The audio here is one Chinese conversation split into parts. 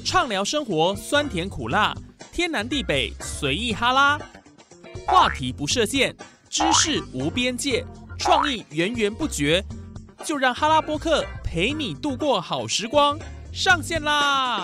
畅聊生活酸甜苦辣，天南地北随意哈拉，话题不设限，知识无边界，创意源源不绝，就让哈拉播客陪你度过好时光，上线啦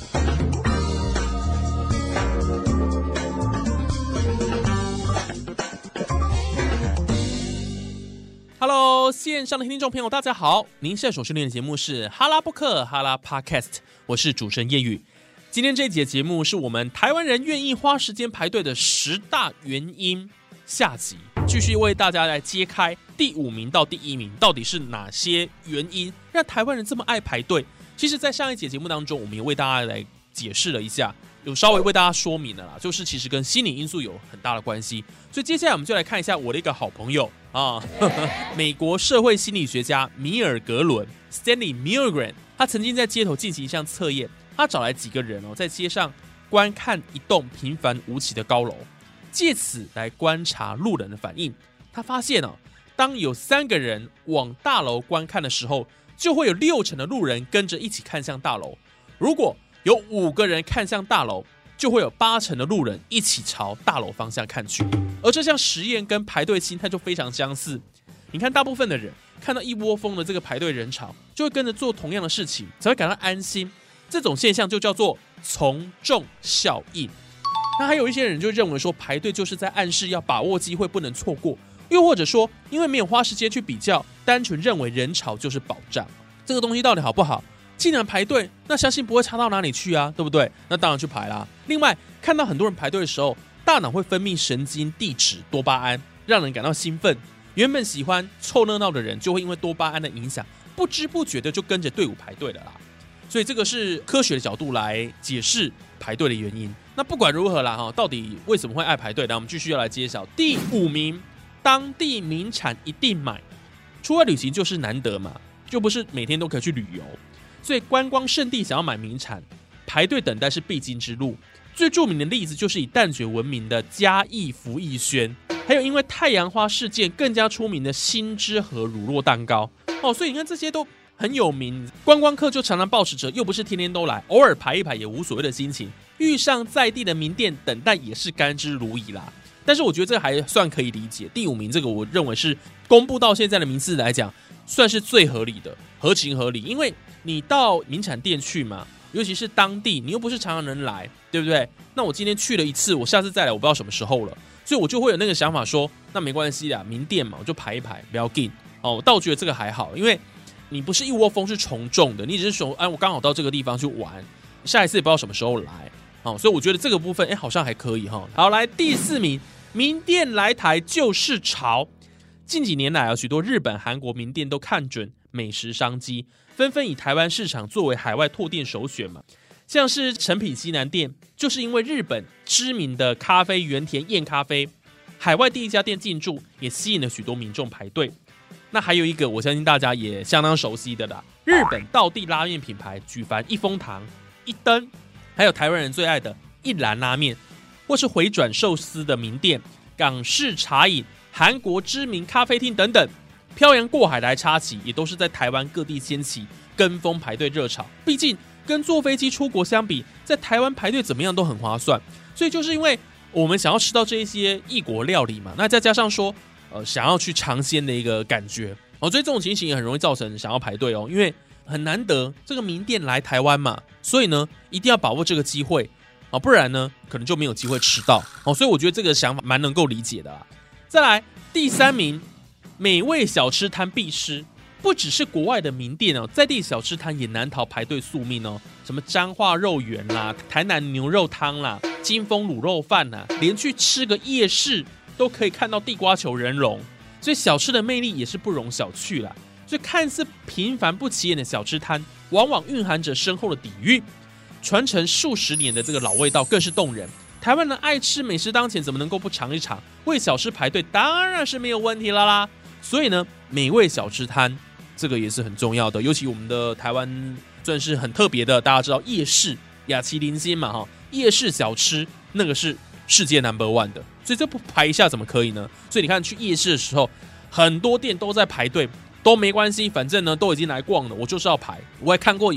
！Hello， 线上的听众朋友，大家好！您现在所收听的节目是哈拉播客哈拉 Podcast， 我是主持人叶宇。今天这一节节目是我们台湾人愿意花时间排队的10大原因下集，继续为大家来揭开第5名到第1名到底是哪些原因让台湾人这么爱排队。其实，在上一节节目当中，我们也为大家来解释了一下。有稍微为大家说明了啦，就是其实跟心理因素有很大的关系，所以接下来我们就来看一下我的一个好朋友啊，美国社会心理学家米尔格伦 （Stanley Milgram）， 他曾经在街头进行一项测验，他找来几个人在街上观看一栋平凡无奇的高楼，借此来观察路人的反应。他发现当有3个人往大楼观看的时候，就会有60%的路人跟着一起看向大楼。如果有5个人看向大楼，就会有80%的路人一起朝大楼方向看去。而这项实验跟排队心态就非常相似。你看，大部分的人看到一窝蜂的这个排队人潮，就会跟着做同样的事情，才会感到安心。这种现象就叫做从众效应。那还有一些人就认为说，排队就是在暗示要把握机会，不能错过。又或者说，因为没有花时间去比较，单纯认为人潮就是保障。这个东西到底好不好？既然排队，那相信不会差到哪里去啊，对不对？那当然去排啦。另外，看到很多人排队的时候，大脑会分泌神经递质多巴胺，让人感到兴奋。原本喜欢凑热闹的人，就会因为多巴胺的影响，不知不觉的就跟着队伍排队了啦。所以这个是科学的角度来解释排队的原因。那不管如何啦，到底为什么会爱排队？那我们继续要来揭晓。第5名，当地名产一定买。出外旅行就是难得嘛，就不是每天都可以去旅游。所以观光胜地想要买名产，排队等待是必经之路。最著名的例子就是以蛋卷闻名的嘉义福义轩，还有因为太阳花事件更加出名的新之和乳酪蛋糕。所以你看这些都很有名，观光客就常常抱持着又不是天天都来，偶尔排一排也无所谓的心情，遇上在地的名店等待也是甘之如饴啦。但是我觉得这个还算可以理解。第5名这个我认为是公布到现在的名次来讲，算是最合理的，合情合理。因为你到名产店去嘛，尤其是当地，你又不是常常能来，对不对？那我今天去了一次，我下次再来，我不知道什么时候了，所以我就会有那个想法说，那没关系啦，名店嘛，我就排一排，不要紧。我倒觉得这个还好，因为你不是一窝蜂是从众的，你只是说，我刚好到这个地方去玩，下一次也不知道什么时候来，所以我觉得这个部分，好像还可以哈。好，来第4名，名店来台就是潮。近几年来许多日本、韩国名店都看准美食商机，纷纷以台湾市场作为海外拓店首选嘛。像是诚品西南店，就是因为日本知名的咖啡原田燕咖啡，海外第1家店进驻，也吸引了许多民众排队。那还有一个，我相信大家也相当熟悉的啦，日本道地拉面品牌举凡一风堂、一灯，还有台湾人最爱的一兰拉面，或是回转寿司的名店、港式茶饮、韩国知名咖啡厅等等，漂洋过海来插旗，也都是在台湾各地掀起跟风排队热潮。毕竟跟坐飞机出国相比，在台湾排队怎么样都很划算。所以就是因为我们想要吃到这一些异国料理嘛，那再加上说想要去尝鲜的一个感觉，所以这种情形也很容易造成想要排队因为很难得这个名店来台湾嘛，所以呢一定要把握这个机会不然呢可能就没有机会吃到所以我觉得这个想法蛮能够理解的啦。再来第3名，美味小吃摊必吃。不只是国外的名店在地小吃摊也难逃排队宿命什么彰化肉圆啦、台南牛肉汤啦、金丰卤肉饭啦，连去吃个夜市都可以看到地瓜球人龙，所以小吃的魅力也是不容小觑啦。所以看似平凡不起眼的小吃摊，往往蕴含着深厚的底蕴，传承数十年的这个老味道更是动人。台湾人爱吃美食当前，怎么能够不尝一尝？为小吃排队当然是没有问题了啦。所以呢，美味小吃摊这个也是很重要的，尤其我们的台湾算是很特别的，大家知道夜市雅齐林心嘛夜市小吃那个是世界 No.1 的，所以这不排一下怎么可以呢？所以你看去夜市的时候，很多店都在排队，都没关系，反正呢都已经来逛了，我就是要排。我还看过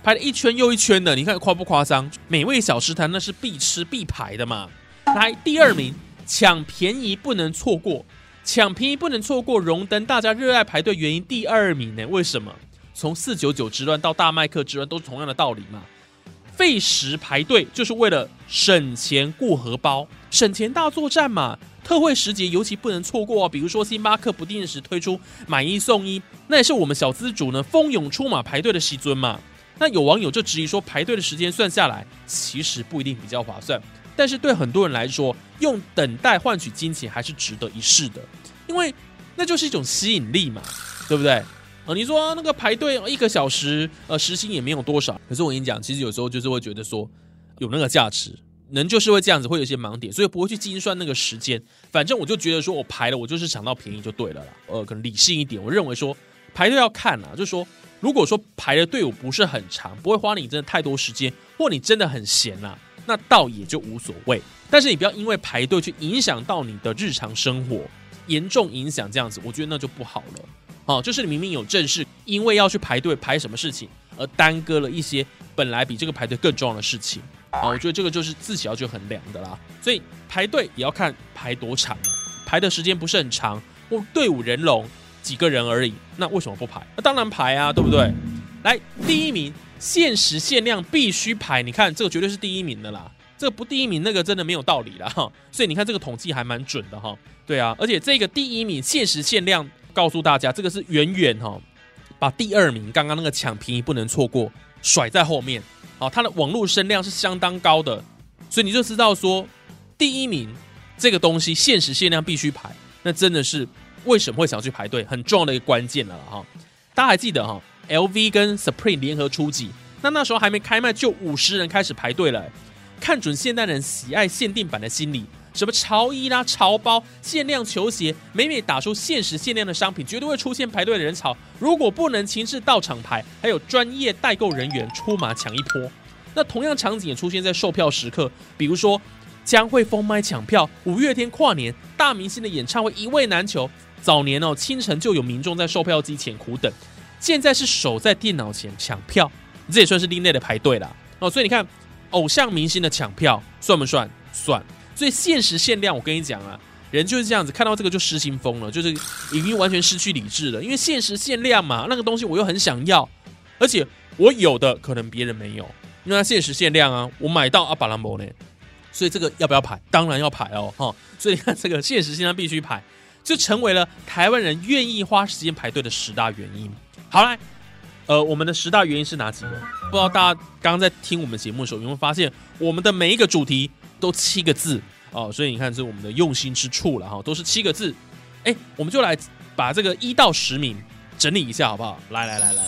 排了一圈又一圈的，你看夸不夸张？美味小吃摊那是必吃必排的嘛。来，第2名，抢便宜不能错过，抢便宜不能错过，荣登大家热爱排队原因第2名呢？为什么？从499之乱到大麦克之乱都是同样的道理嘛。费时排队就是为了省钱顾荷包，省钱大作战嘛。特惠时节尤其不能错过比如说星巴克不定时推出买1送1，那也是我们小资主呢蜂拥出马排队的时阵嘛。那有网友就质疑说，排队的时间算下来其实不一定比较划算，但是对很多人来说，用等待换取金钱还是值得一试的，因为那就是一种吸引力嘛，对不对？你说那个排队1个小时，时薪也没有多少，可是我跟你讲，其实有时候就是会觉得说有那个价值。人就是会这样子，会有一些盲点，所以不会去精算那个时间。反正我就觉得说，我排了，我就是想到便宜就对了啦。可能理性一点，我认为说排队要看啦，就是说，如果说排的队伍不是很长，不会花你真的太多时间，或你真的很闲啦，那倒也就无所谓。但是你不要因为排队去影响到你的日常生活，严重影响这样子，我觉得那就不好了。就是你明明有正事，因为要去排队排什么事情，而耽搁了一些本来比这个排队更重要的事情。我觉得这个就是自己要去衡量的啦。所以排队也要看排多长排的时间不是很长，或队伍人龙几个人而已，那为什么不排？那当然排啊，对不对？来，第1名，限时限量必须排，你看这个绝对是第1名的啦。这个不第1名，那个真的没有道理啦。所以你看这个统计还蛮准的哈。对啊，而且这个第1名限时限量，告诉大家这个是远远把第2名刚刚那个抢便宜不能错过甩在后面。它的网络声量是相当高的，所以你就知道说，第1名这个东西限时限量必须排，那真的是为什么会想去排队很重要的一个关键了哈。大家还记得LV 跟 Supreme 联合出击，那时候还没开卖就50人开始排队了。看准现代人喜爱限定版的心理，什么潮衣啦、潮包、限量球鞋，每打出限时限量的商品，绝对会出现排队的人潮。如果不能亲自到场排，还有专业代购人员出马抢一波。那同样场景也出现在售票时刻，比如说将会封麦抢票、5月天跨年、大明星的演唱会一位难求。早年清晨就有民众在售票机前苦等，现在是守在电脑前抢票，这也算是另类的排队啦。所以你看，偶像明星的抢票算不算？算。所以限时限量，我跟你讲啊，人就是这样子，看到这个就失心疯了，就是已经完全失去理智了。因为限时限量嘛，那个东西我又很想要，而且我有的可能别人没有，因为它限时限量啊，我买到巴拉摩呢，所以这个要不要排？当然要排哦，所以你看这个限时限量必须排，就成为了台湾人愿意花时间排队的10大原因。好来，我们的10大原因是哪几个？不知道大家刚刚在听我们节目的时候，有没有发现我们的每一个主题都7个字所以你看这是我们的用心之处了都是7个字。我们就来把这个1到10名整理一下好不好？来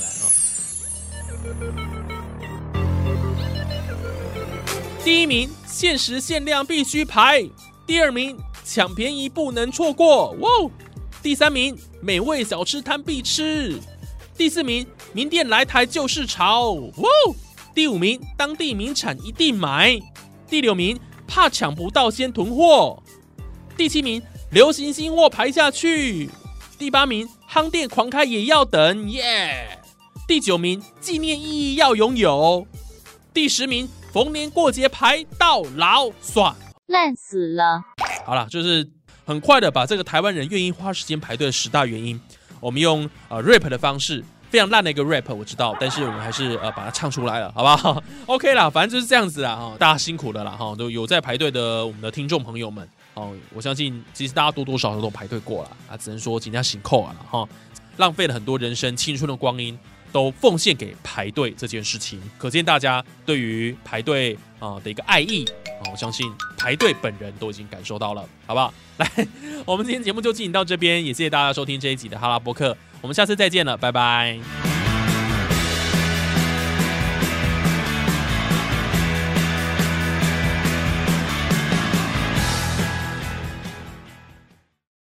第1名，限时限量必须排；第2名，抢便宜不能错过；第3名，美味小吃摊必吃；第4名，名店来台就是潮；第5名，当地名产一定买；第6名，怕抢不到先囤货；第7名，流行新货排下去；第8名，夯店狂开也要等耶；第9名，纪念意义要拥有；第10名，逢年过节排到老，爽烂死了。 好啦，就是很快的把这个台湾人愿意花时间排队的10大原因，我们用rap 的方式，非常烂的一个 rap 我知道，但是我们还是把它唱出来了，好不好？OK 啦，反正就是这样子啦大家辛苦了啦都有在排队的我们的听众朋友们我相信其实大家多多少少都排队过了只能说尽量辛苦了浪费了很多人生青春的光阴，都奉献给排队这件事情，可见大家对于排队的一个爱意我相信排队本人都已经感受到了，好不好？来，我们今天节目就进行到这边，也谢谢大家收听这一集的哈拉播客，我们下次再见了，拜拜。